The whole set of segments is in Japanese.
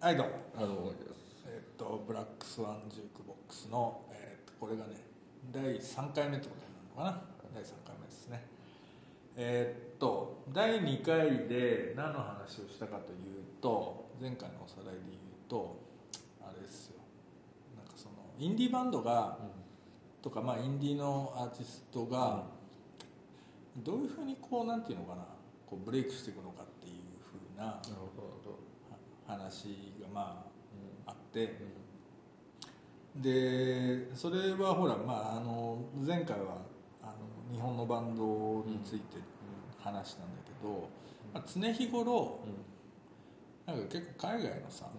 はいどうもです。 ブラックスワンジュークボックスの、これがね第3回目ってことになるのかな、第3回目ですね。第2回で何の話をしたかというと、前回のおさらいで言うとあれですよ、なんかそのインディーバンドが、とかインディーのアーティストが、どういうふうにこうなんていうのかな、こうブレイクしていくのかっていうふうな話があって、でそれはほら、前回は日本のバンドについて話したんだけど、常日頃、なんか結構海外のさ、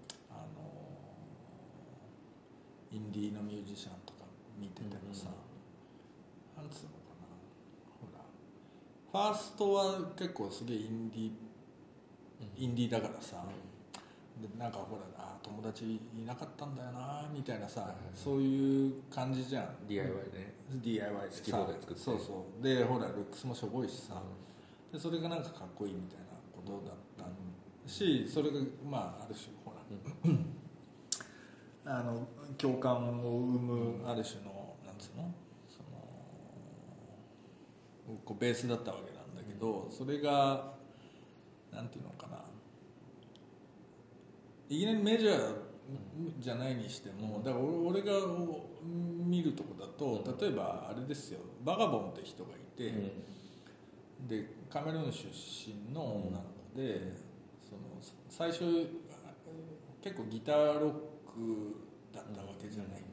インディーのミュージシャンとか見ててもさ、なんつうのかな、ほらファーストは結構すげえインディーだからさ、でなんかほら友達いなかったんだよなみたいなさ、そういう感じじゃん。 DIY ね、 DIY でさ、 スキルで作って、 そうでほらルックスもしょぼいしさ、でそれがなんかかっこいいみたいなことだったし、それがある種ほら、共感を生むある種のなんつうの、そのこうベースだったわけなんだけど、それがなんていうのかな、いきなりメジャーじゃないにしても、だから俺が見るとこだと、例えばあれですよ、バガボンって人がいて、でカメルーン出身の女の子で、その最初結構ギターロックだったわけじゃない、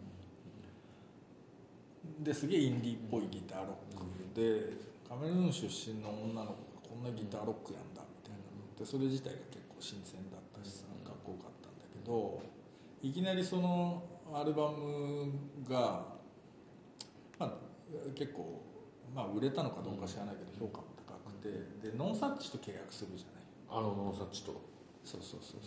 ですげえインディーっぽいギターロックで、カメルーン出身の女の子がこんなギターロックやんだみたいなで、それ自体が結構新鮮だったしさ、かっこよかったんだけど、いきなりそのアルバムが、結構、売れたのかどうか知らないけど評価も高くて、でノンサッチと契約するじゃない。 ノンサッチとそう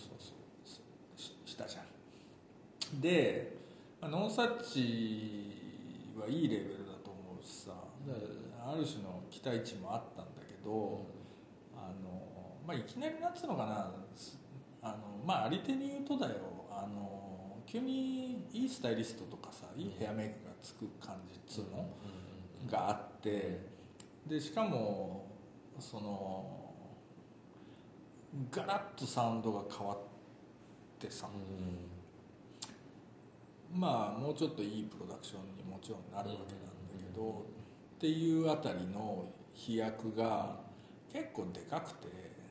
したじゃん。でノンサッチはいいレベルだと思うしさ、ある種の期待値もあったんだけど、いきなりなんつうのかな、あり手に言うとだよ、急にいいスタイリストとかさ、いいヘアメイクがつく感じっつうのがあって、でしかもそのガラッとサウンドが変わってさ、もうちょっといいプロダクションにもちろんなるわけなんだけど、っていうあたりの飛躍が結構でかくて、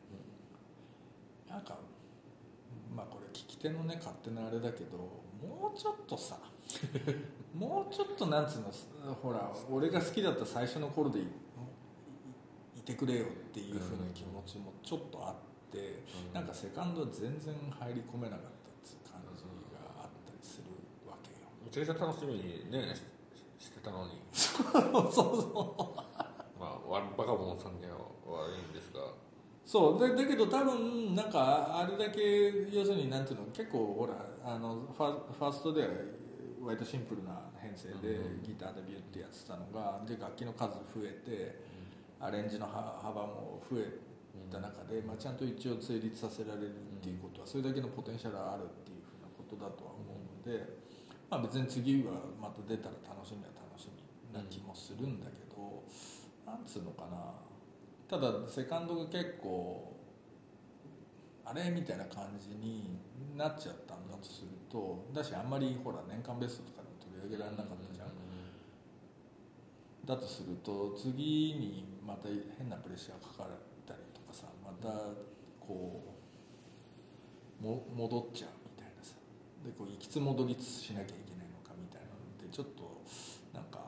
なんかこれ聞き手のね勝手なあれだけど、もうちょっとさもうちょっとなんつうの、ほら俺が好きだった最初の頃で いてくれよっていう風な気持ちもちょっとあって、なんかセカンドは全然入り込めなかったっていう感じがあったりするわけよ。 めちゃくちゃ楽しみにねしてたのにそうバカボンさんには悪いんですが、 そうだけど多分なんかあれだけ要するになんていうの、結構ほらファーストでは割とシンプルな編成でギターでビュッてやってたのが、で楽器の数増えてアレンジの幅も増えた中で、ちゃんと一応成立させられるっていうことは、それだけのポテンシャルがあるっていうふうなことだとは思うので、別に次はまた出たら楽しみは楽しみな気もするんだけど、なんつうのかな、ただセカンドが結構あれみたいな感じになっちゃったんだとすると、だしあんまりほら年間ベストとかでも取り上げられなかったじゃん、だとすると次にまた変なプレッシャーかかったりとかさ、またこう戻っちゃうみたいなさ、でこう行きつ戻りつしなきゃいけないのかみたいなので、ちょっとなんか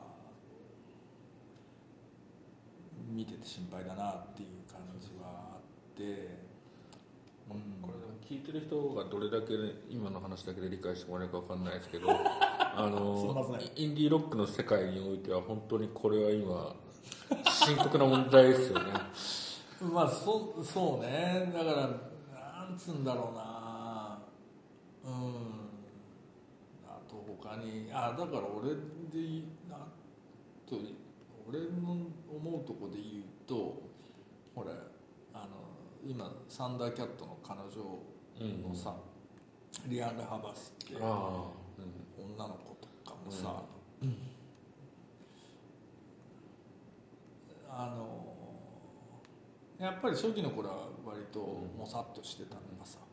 見てて心配だなっていう感じはあって、 これでも聞いてる人がどれだけ、今の話だけで理解してもらえるか分かんないですけどインディーロックの世界においては本当にこれは今深刻な問題ですよねそうね、だからなんつうんだろうな、あと他にだから俺の思うとこで言うと、ほら今サンダーキャットの彼女のさ、 リアンナ・ハバスって女の子とかもさ、やっぱり初期の頃は割ともさっとしてたのがさ、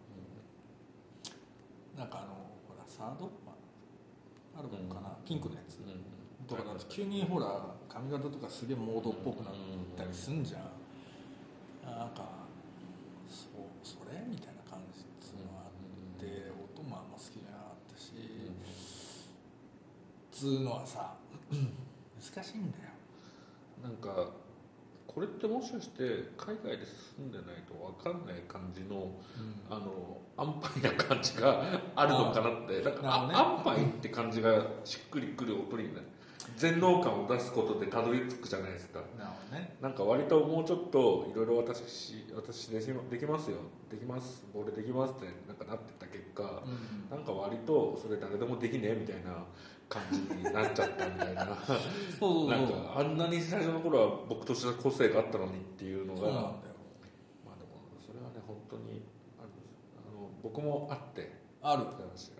なんかほらサードアルバムかな、ピンクのやつとかだと急にほら髪型とかすげえモードっぽくなったりすんじゃん。なんかそれみたいな感じっていうのがあって、音もあんま好きじゃなかったし、つうのはさ難しいんだよ。 なんかこれってもしかして海外で住んでないと分かんない感じの、安牌な感じがあるのかなって。だから安牌って感じがしっくりくる音になる、全能感を出すことでたどり着くじゃないですか。なんか割ともうちょっといろいろ私できますよ、できます、俺できますってなんかなってた結果、なんか割とそれ誰でもできねえみたいな感じになっちゃったみたいななんかあんなに最初の頃は僕として個性があったのにっていうのが、まあでもそれはね本当に僕もあってある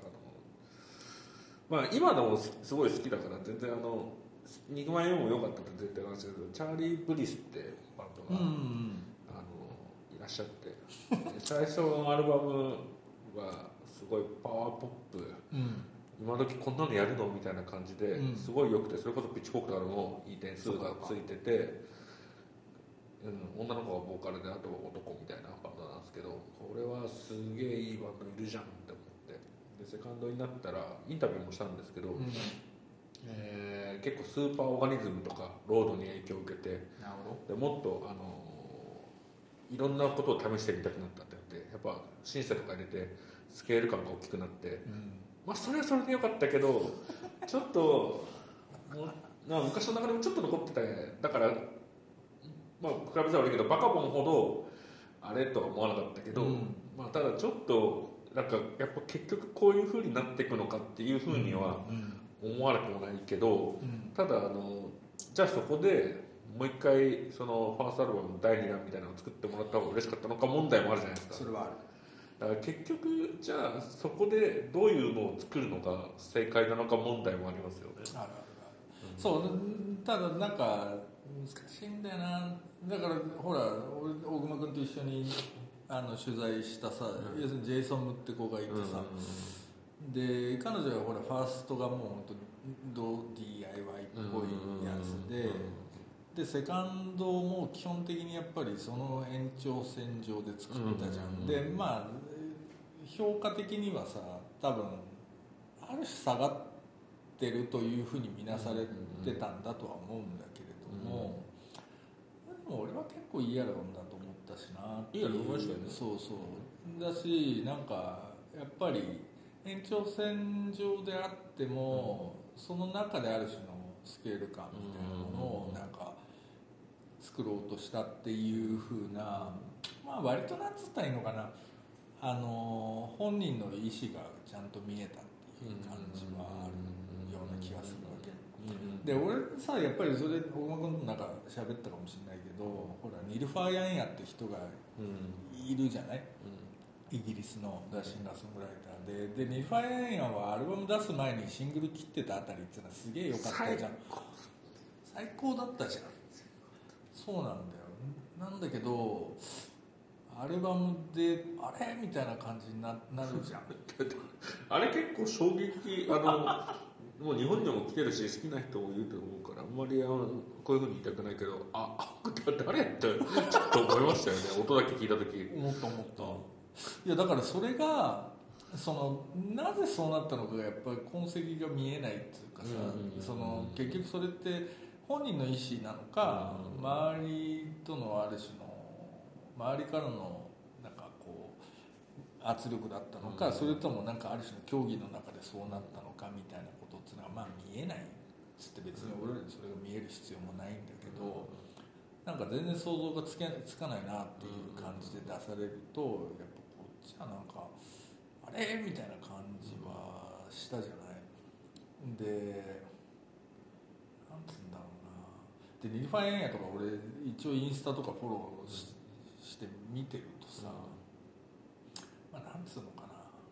まあ今でもすごい好きだから全然肉まんよりも良かったって絶対なんですけど、チャーリー・ブリスってバンドが、いらっしゃって最初のアルバムはすごいパワーポップ、今時こんなのやるのみたいな感じですごい良くて、それこそピッチフォークとかでもいい点数がついてて、女の子がボーカルであと男みたいなバンドなんですけど、これはすげえいいバンドいるじゃんって思って、でセカンドになったらインタビューもしたんですけど、結構スーパーオーガニズムとかロードに影響を受けて、でもっといろんなことを試してみたくなったって言って、やっぱシンセとか入れてスケール感が大きくなって、まあそれはそれでよかったけどちょっと昔の中でもちょっと残ってた、だからまあ比べたら悪いけどバカボンほどあれとは思わなかったけど、まあただちょっとなんかやっぱ結局こういう風になっていくのかっていう風には思わなくもないけど、ただじゃあそこでもう一回そのファーストアルバムの第2弾みたいなのを作ってもらった方が嬉しかったのか問題もあるじゃないですか。 それはある。 だから結局じゃあそこでどういうのを作るのが正解なのか問題もありますよね。 あるあるある、そうただなんか難しいんだよな。だからほら俺大熊君と一緒に取材したさ、要するにジェイソンムって子がいてさ、で彼女はほらファーストがもう本当ド DIY っぽいやつでセカンドも基本的にやっぱりその延長線上で作ったじゃん、でまあ評価的にはさ多分ある種下がってるというふうに見なされてたんだとは思うんだけれども、でも俺は結構いいアルバムだと思ったしなっていう。 いいアルバムでしたよね。 そうそうだし、なんかやっぱり延長線上であっても、その中である種のスケール感みたいなものをなんか作ろうとしたっていう風な、まあ割となんつったらいいのかな、本人の意思がちゃんと見えたっていう感じはあるような気がするわけ、で俺さやっぱりそれ大間君となんか喋ったかもしれないけど、ほらニルファー・ヤンヤって人がいるじゃない、イギリスのシンガーソングライターでニルファー・ヤンヤはアルバム出す前にシングル切ってたあたりっていうのはすげえ良かったじゃん。最高だったじゃん。そうなんだよ。なんだけどアルバムであれみたいな感じになるじゃんあれ結構衝撃、もう日本にも来てるし好きな人もいると思うから、あんまりこういうふうに言いたくないけど、誰ってちょっと思いましたよね音だけ聞いた時。 思ったいやだからそれがなぜそうなったのかがやっぱり痕跡が見えないっていうかさ、結局それって本人の意思なのか、周りとのある種の周りからのなんかこう圧力だったのか、それともなんかある種の競技の中でそうなったのかみたいなことっていうのはまあ見えないっつって別に俺らにそれが見える必要もないんだけど、なんか全然想像がつかないなっていう感じで出されると、やっぱこっちはなんかあれみたいな感じはしたじゃない。でなんつうんだろうな。でニルファー・ヤンヤとか俺一応インスタとかフォローして見てるとさ、まあなんつうのかな、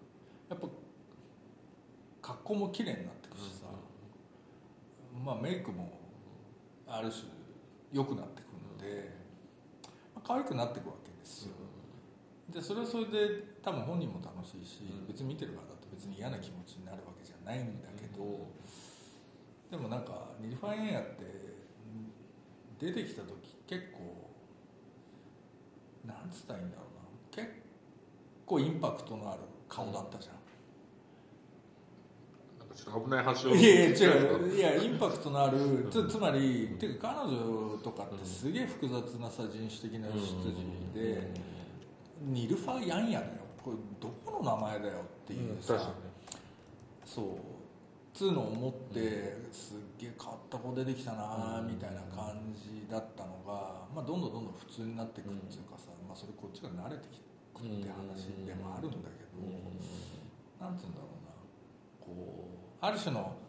やっぱ格好も綺麗になってくるしさ、まあメイクもある種良くなってくるので、まあ、可愛くなっていくわけですよ。でそれはそれで多分本人も楽しいし、別に見てるからだと別に嫌な気持ちになるわけじゃないんだけど、でもなんかニルファン・エイヤって出てきた時結構なんつったらいいんだろうな、結構インパクトのある顔だったじゃん。 なんかちょっと危ない話を。 いやいや違う、いやインパクトのあるつまりっていうか彼女とかってすげえ複雑なさ人種的な出自で、ニルファ・ヤンヤだよ、これどこの名前だよっていうさ、そうつうのを思ってすっげえ変わった子出てきたなみたいな感じだったのが、まあ、どんどん普通になっていくっていうかさ、まあ、それこっちが慣れてきくって話でもあるんだけど、なんていうんだろうな、こうある種の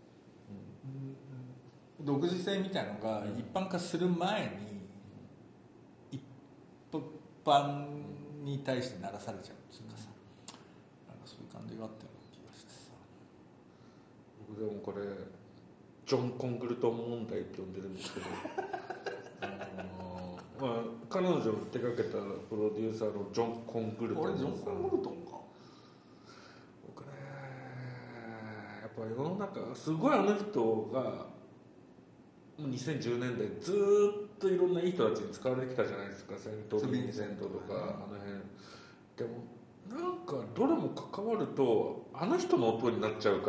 独自性みたいのが一般化する前に一般に対して鳴らされちゃうっていうかさ、なんかそういう感じがあったような気がしてさ。 僕でもこれジョン・コングルトン問題って呼んでるんですけどまあ、彼女を手掛けたプロデューサーのジョン・コングルトンさん、 俺ジョン・コングルトンか、 僕ねやっぱ世の中すごいあの人が2010年代ずっといろんないい人たちに使われてきたじゃないですか、セント・ヴィンセントとか、あの辺でもなんかどれも関わるとあの人の音になっちゃうから。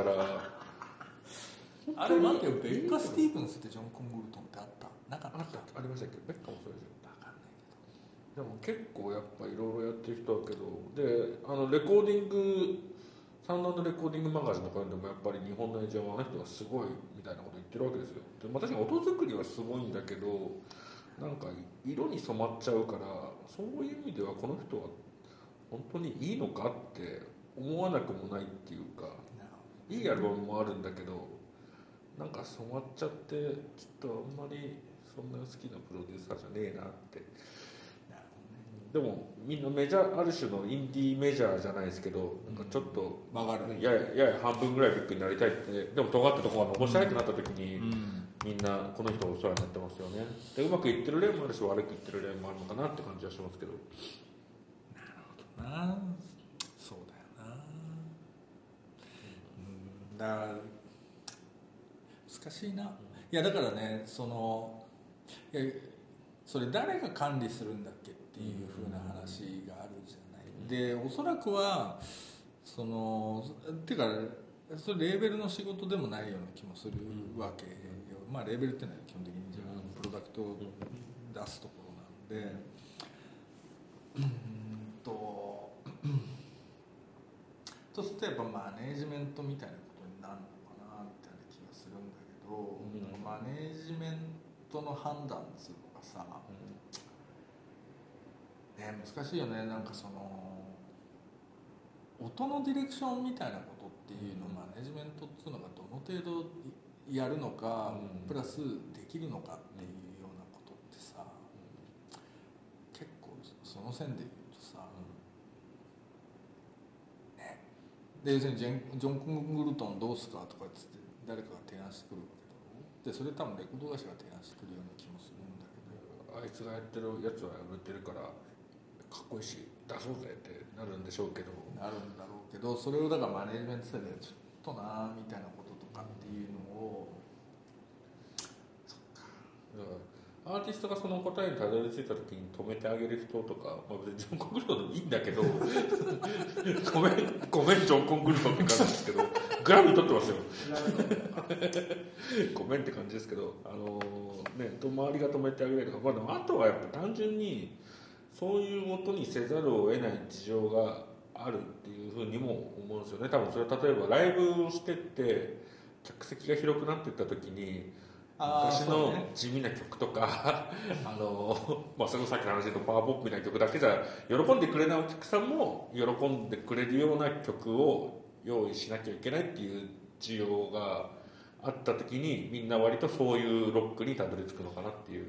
あれ待ってよ、ベッカ・スティーブンスってジョン・コングルトンってあったなかった？ ありましたっけ？ベッカもそうですよ。 分かんないけど。でも結構やっぱいろいろやってる人だけど、でレコーディングサウンドのレコーディングマガジンの方でもやっぱり日本のエンジニアはあの人がすごいみたいなこと言ってるわけですよ。で確かに音作りはすごいんだけど、なんか色に染まっちゃうから、そういう意味ではこの人は本当にいいのかって思わなくもないっていうか、いいアルバムもあるんだけど、なんか染まっちゃってちょっとあんまりそんな好きなプロデューサーじゃねえなって。でもみんなメジャー、ある種のインディーメジャーじゃないですけど、なんかちょっと曲がる、 やや半分ぐらいビッグになりたいって、でも尖ったところが残したいってなった時に、みんなこの人お世話になってますよね。でうまくいってる例もあるし悪くいってる例もあるのかなって感じはしますけど。 なるほどな、そうだよな、だから難しいな。いやだからね、いやそれ誰が管理するんだっけっていう風な話があるじゃない。でおそらくはっていうかそれレーベルの仕事でもないような気もするわけよ。まあレーベルっていうのは基本的にじゃあプロダクトを出すところなんで、とするとやっぱマネージメントみたいなことになるのかなみたいな気がするんだけど、マネージメントの判断っていうのがさ、ね、難しいよね。なんか音のディレクションみたいなことっていうのをマネージメントっていうのがどの程度やるのか、プラスできるのかっていうようなことってさ、結構その線で言うとさ、ね、で要するにジョン・コングルトンどうすかとかっつって誰かが提案してくるわけだろう。でそれ多分レコード会社が提案してくるような気もするんだけど、 あいつがやってるやつは売ってるからかっこいいし出そうぜってなるんでしょうけど、 なるんだろうけど、それをだからマネージメントされてちょっとなみたいなこととかっていうのを、そっか、 アーティストがその答えにたどり着いた時に止めてあげる人とか、まあ、別にジョン・コングルトンでもいいんだけどごめんジョン・コングルトンって感じですけどグラミー取ってますよごめんって感じですけど、周りが止めてあげるとか、まあ、あとはやっぱ単純にそういうもとにせざるを得ない事情があるっていうふうにも思うんですよね。多分それは例えばライブをしてって客席が広くなっていった時に昔の地味な曲とかまあそのさっきの話で言うとパワーポップみたいな曲だけじゃ喜んでくれないお客さんも喜んでくれるような曲を用意しなきゃいけないっていう需要があった時に、みんな割とそういうロックにたどり着くのかなっていう。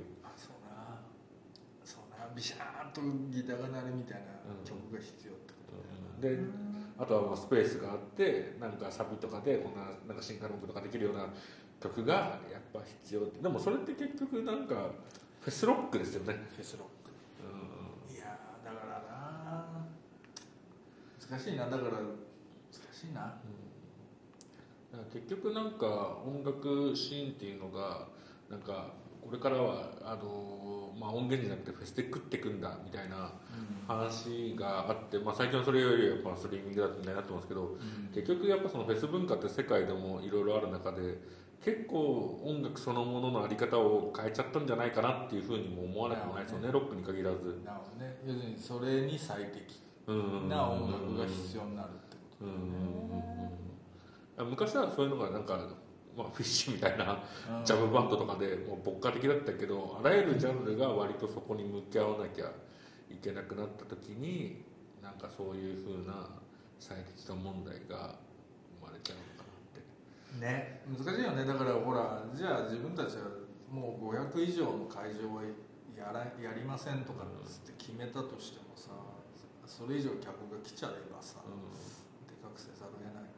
そうなビシャーンとギターが鳴るみたいな曲が必要ってことだよね。 であとはまあスペースがあってなんかサビとかでこんななんか進化論文とかできるような曲がやっぱ必要って。でもそれって結局なんかフェスロックですよね。 フェスロック、いやだからな難しいな、だから難しいな、 だから結局なんか音楽シーンっていうのがなんかこれからはまあ、音源じゃなくてフェスで食ってくんだみたいな話があって、まあ、最近はそれよりやっぱストリーミングだみたいになってますけど、結局やっぱそのフェス文化って世界でもいろいろある中で結構音楽そのもののあり方を変えちゃったんじゃないかなっていうふうにも思わなくもないですよね、ロックに限らず。 なるほどね、要するにそれに最適な音楽が必要になるってことだね。 昔はそういうのがなんか、まあ、フィッシュみたいなジャムバンドとかでもう牧歌的だったけど、あらゆるジャンルが割とそこに向き合わなきゃいけなくなった時になんかそういうふうな最適化問題が生まれちゃうのかなってね。難しいよね。だからほら、じゃあ自分たちはもう500以上の会場はやりませんとかって決めたとしてもさ、それ以上客が来ちゃえばさ、でかくせざるを得ない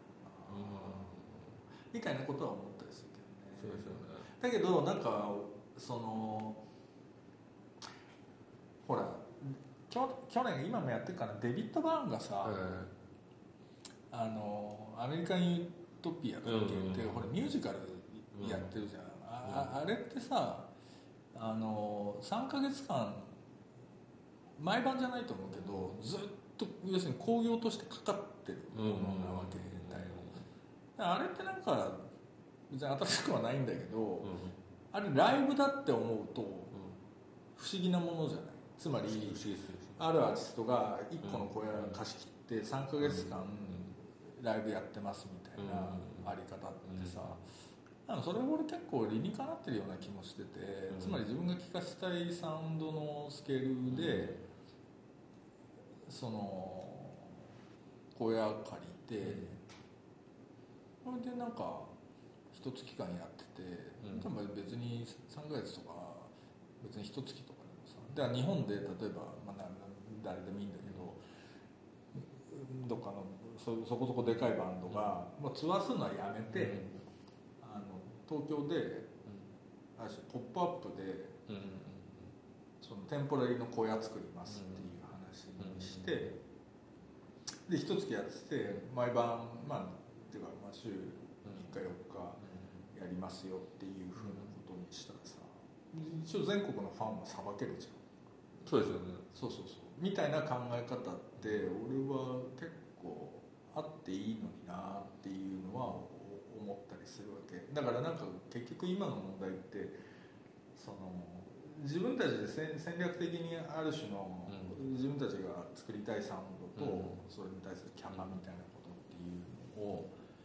みたいなことは思ったりするけどね。 そうですよね。 だけどなんかそのほら去年今もやってるかな、デビッド・バーンがさ、アメリカン・ユートピアって言って、ほらミュージカルやってるじゃん、あれってさ3ヶ月間毎晩じゃないと思うけどずっと要するに興行としてかかってるものなわけだよ、あれってなんか別に新しくはないんだけど、あれライブだって思うと不思議なものじゃない。つまりあるアーティストが1個の小屋貸し切って3ヶ月間ライブやってますみたいなあり方ってさ、それ俺結構理にかなってるような気もしてて、つまり自分が聴かせたいサウンドのスケールでその小屋借りて、それでなんか一月間やってて、多分別に3ヶ月とか別に一月とかでもさ、だから日本で例えば、まあ、誰でもいいんだけど、どっかのそこそこでかいバンドが、もうツアーするのはやめて、東京で、ポップアップで、そのテンポラリーの小屋作りますっていう話にして、で一月やってて毎晩っていうか週3日4日やりますよっていうふうなことにしたらさ、一応全国のファンはさばけるじゃん。 そうですよね。 そうみたいな考え方って俺は結構あっていいのになっていうのは思ったりするわけだから、なんか結局今の問題ってその自分たちで戦略的にある種の自分たちが作りたいサウンドとそれに対するキャパみたいなことっていうのを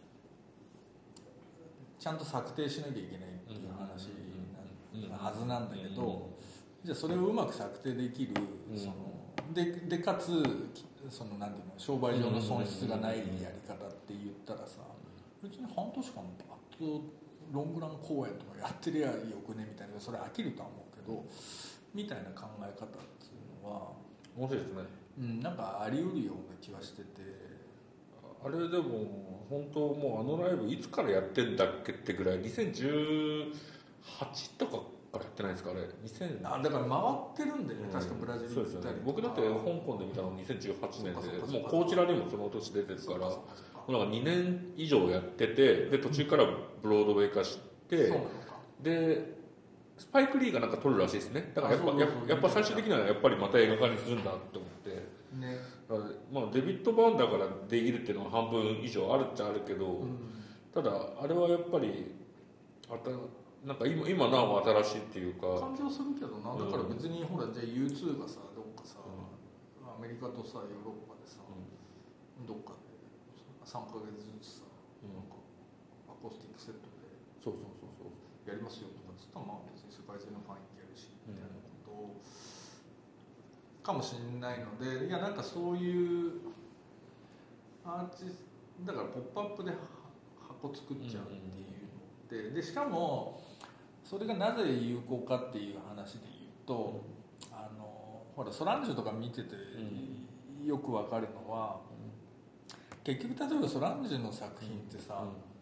ちゃんと策定しなきゃいけないっていう話なはずなんだけど、じゃあそれをうまく策定できるそのでかつそのなんていうの商売上の損失がないやり方って言ったらさ、別に半年間バッとロングラン公演とかやってりゃよくねみたいな、それ飽きるとは思うけどみたいな考え方っていうのは面白いですね。 なんかあり得るような気はしてて、 あれでも本当もうライブいつからやってんだっけってぐらい2018とかからやってないですかあれ。 だから回ってるんでね、確かブラジル行ったりとか。 僕だって香港で見たの2018年で、もうこちらにもその年出てるから、なんか2年以上やってて、で途中からブロードウェイ化して、でスパイク・リーがなんか撮るらしいですね。だからやっぱ最終的にはやっぱりまた映画化にするんだって思って、 ね、 まあデビッド・バーンだからできるっていうのは半分以上あるっちゃあるけど、ただあれはやっぱりなんか今なお新しいっていうか感じはするけどな。だから別にほらじゃあ U2 がさどっかさ、アメリカとさヨーロッパでさ、どっかで3ヶ月ずつさ、なんかアコースティックセットでやりますよとかつったら、まあ別に世界中のファンいけるしみたいなことかもしれないので、いやなんかそういうアーティストだからポップアップで箱作っちゃうっていうので、しかもそれがなぜ有効かっていう話で言うと、ほらソランジュとか見ててよくわかるのは、 結局例えばソランジュの作品ってさ、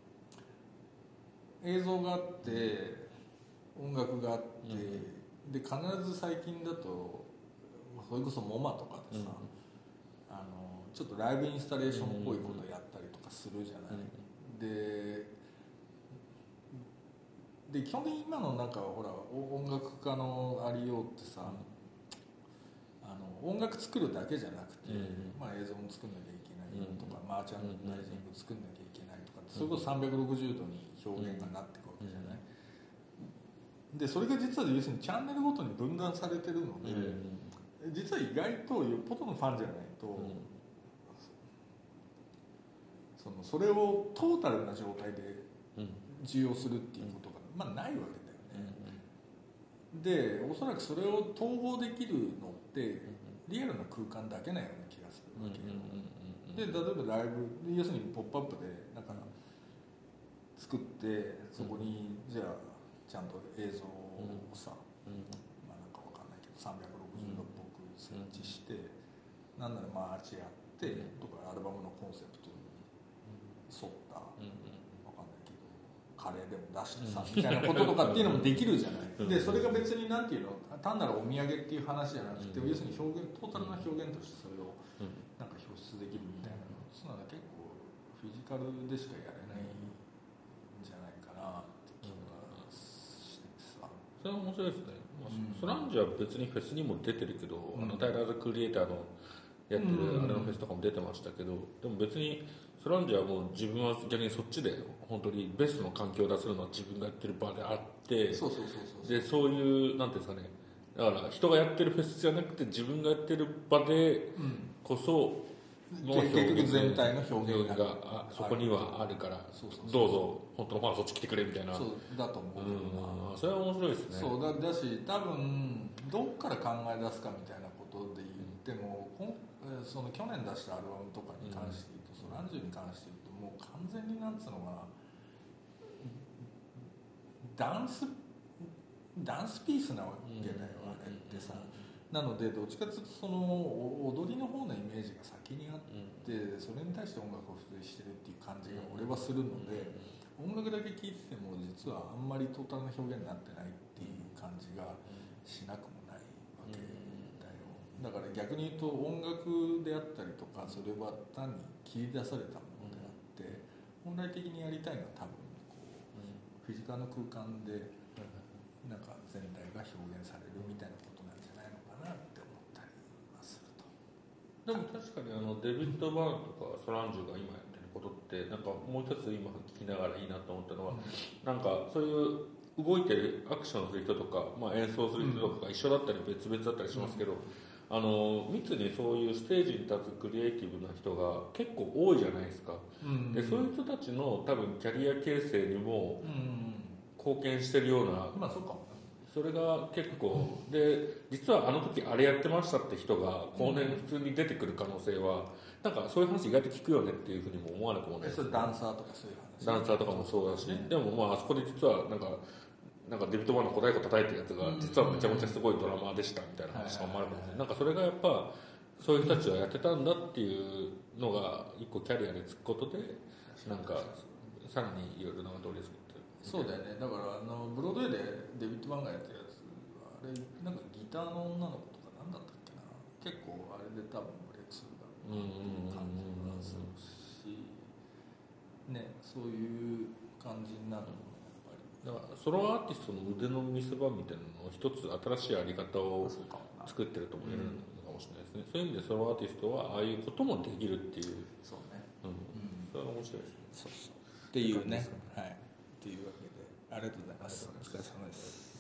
映像があって音楽があって、で必ず最近だとそれこそモマとかでさ、ちょっとライブインスタレーションっぽいことやったりとかするじゃない、で基本的に今のなんかほら音楽家のありようってさ、音楽作るだけじゃなくて、まあ、映像も作んなきゃいけないとか、マーチャンダイジング作んなきゃいけないとか、それこそ360度に表現がなっていくわけじゃない、でそれが実は要するにチャンネルごとに分断されてるので、実は意外とよっぽどのファンじゃないと、それをトータルな状態で受容するっていうことが、まあ、ないわけだよね、でおそらくそれを統合できるのってリアルな空間だけなような気がするわけよ、で例えばライブ要するにポップアップでなんか作ってそこにじゃあちゃんと映像をさ、まあなんかわかんないけど360度っぽく設置して、なんならマーチやってとかアルバムのコンセプトに沿ったわかんないけどカレーでも出してさみたいなこととかっていうのもできるじゃないでそれが別になんていうの単なるお土産っていう話じゃなくて、要するにトータルな表現としてそれをなんか表出できるみたいなの、そういうのは結構フィジカルでしかやれないんじゃないかなって気がしててさ。 それは面白いですね、ソランジュは別にフェスにも出てるけど、タイラーズ・クリエイターのやってるあれのフェスとかも出てましたけど、でも別にソランジュはもう自分は逆にそっちで本当にベストの環境を出せるのは自分がやってる場であって、でそういうなんていうんですかね、だから人がやってるフェスじゃなくて自分がやってる場でこその表現、結局全体の表現がそこにはあるから、どうぞ本当のファンはそっち来てくれみたいな。 そうだと思う、 それは面白いですね。 そうだし多分どっから考え出すかみたいなことで言っても、その去年出したアルバムとかに関して言うと、ソランジュに関して言うともう完全になんつうのかな、ダンスピースなわけだよ、あれってさ。なのでどっちかというとその踊りの方のイメージが先にあって、それに対して音楽を付随してるっていう感じが俺はするので、音楽だけ聴いてても実はあんまりトータルな表現になってないっていう感じがしなくもないわけだよ。だから逆に言うと音楽であったりとか、それは単に切り出されたものであって、本来的にやりたいのは多分こうフィジカルの空間でなんか全体が表現されるみたいなことなんじゃないのかなって思ったりはすると。 でも確かにデビッド・バーンとかソランジュが今やってることってなんかもう一つ今聞きながらいいなと思ったのは、なんかそういう動いてるアクションする人とか、まあ、演奏する人とかが一緒だったり別々だったりしますけど、密にそういうステージに立つクリエイティブな人が結構多いじゃないですか、でそういう人たちの多分キャリア形成にも貢献してるような、 まあそうかも。 それが結構で、実はあの時あれやってましたって人が後年普通に出てくる可能性は、なんかそういう話意外と聞くよねっていうふうにも思わなくもないです、ね、 ダンサーとかそういう話、 ダンサーとかもそうだし、でもまああそこで実はなんかデビッド・バーンの小太鼓叩いてるやつが実はめちゃめちゃすごいドラマーでしたみたいな話もあるかもしれない。なんかそれがやっぱそういう人たちはやってたんだっていうのが一個キャリアでつくことで、なんかさらにいろいろな通り作ってる。 そうだよね。だからブロードウェイでデビッド・バーンがやってるやつ、あれなんかギターの女の子とかなんだったっけな、結構あれで多分ブレイクするだろうなっていう感じがするしね、そういう感じになるのもやっぱり。 だからソロアーティストの腕の見せ場みたいなのを一つ新しいあり方を作ってるとも言えるのかもしれないですね、そういう意味でソロアーティストはああいうこともできるっていう、 そうね、 それは面白いですね。 そうっていうね、はい、っていうわけでありがとうございます。お疲れ様です。